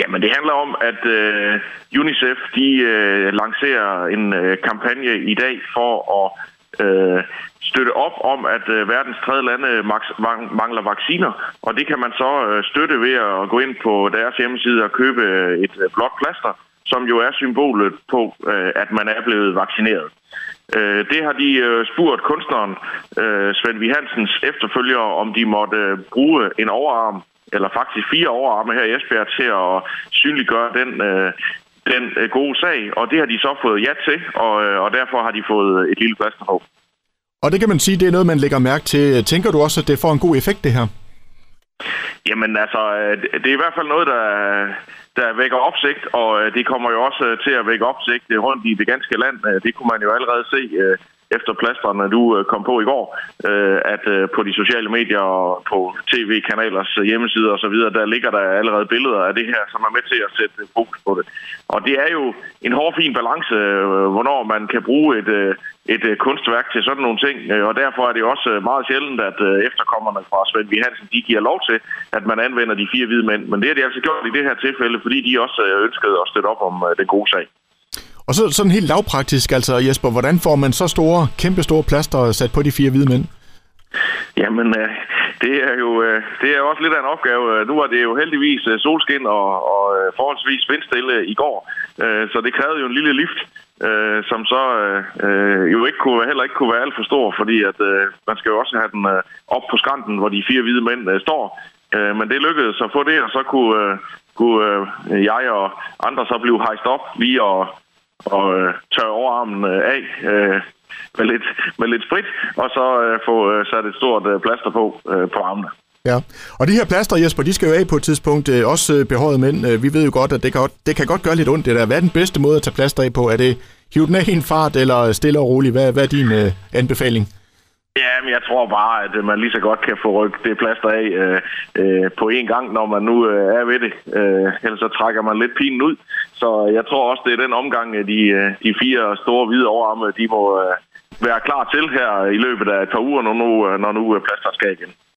Jamen, det handler om, at UNICEF lancerer en kampagne i dag for at støtte op om, at verdens 3 lande mangler vacciner. Og det kan man så støtte ved at gå ind på deres hjemmeside og købe et blåt plaster, som jo er symbolet på, at man er blevet vaccineret. Det har de spurgt kunstneren Svend V. Hansens efterfølgere, om de måtte bruge en overarm, eller faktisk 4 overarme her i Esbjerg, til at synliggøre den gode sag. Og det har de så fået ja til, og derfor har de fået et lille plaster på. Og det kan man sige, det er noget, man lægger mærke til. Tænker du også, at det får en god effekt, det her? Jamen altså, det er i hvert fald noget, der vækker opsigt, og det kommer jo også til at vække opsigt rundt i det ganske land. Det kunne man jo allerede se efter plasterne, du kom på i går, at på de sociale medier og på tv-kanalers hjemmesider osv., der ligger der allerede billeder af det her, som er med til at sætte fokus på det. Og det er jo en hårfin balance, hvornår man kan bruge et kunstværk til sådan nogle ting, og derfor er det også meget sjældent, at efterkommerne fra Svend V. Hansen, de giver lov til, at man anvender de 4 hvide mænd. Men det har de altså gjort i det her tilfælde, fordi de også ønskede at støtte op om den gode sag. Og så sådan helt lavpraktisk, altså Jesper, hvordan får man så kæmpe store plaster sat på de 4 hvide mænd? Jamen, det er også lidt af en opgave. Nu var det jo heldigvis solskin og forholdsvis vindstille i går, så det krævede jo en lille lift, som så heller ikke kunne være alt for stor, fordi at man skal jo også have den op på skrænten, hvor de 4 hvide mænd står. Men det lykkedes at få det, og så kunne jeg og andre så blive hejst op lige og tørre overarmen af med lidt sprit, og så få sat et stort plaster på armene. Ja, og de her plaster, Jesper, de skal jo af på et tidspunkt, også behårede mænd. Vi ved jo godt, at det kan godt gøre lidt ondt, det der. Hvad er den bedste måde at tage plaster af på? Er det hive den af i en fart, eller stille og roligt? Hvad er din anbefaling? Ja, men jeg tror bare, at man lige så godt kan få rykket det plaster af på én gang, når man nu er ved det. Ellers så trækker man lidt pinen ud. Så jeg tror også, det er den omgang, de 4 store hvide overarme, de må være klar til her i løbet af et par uger, når nu plaster skal igen.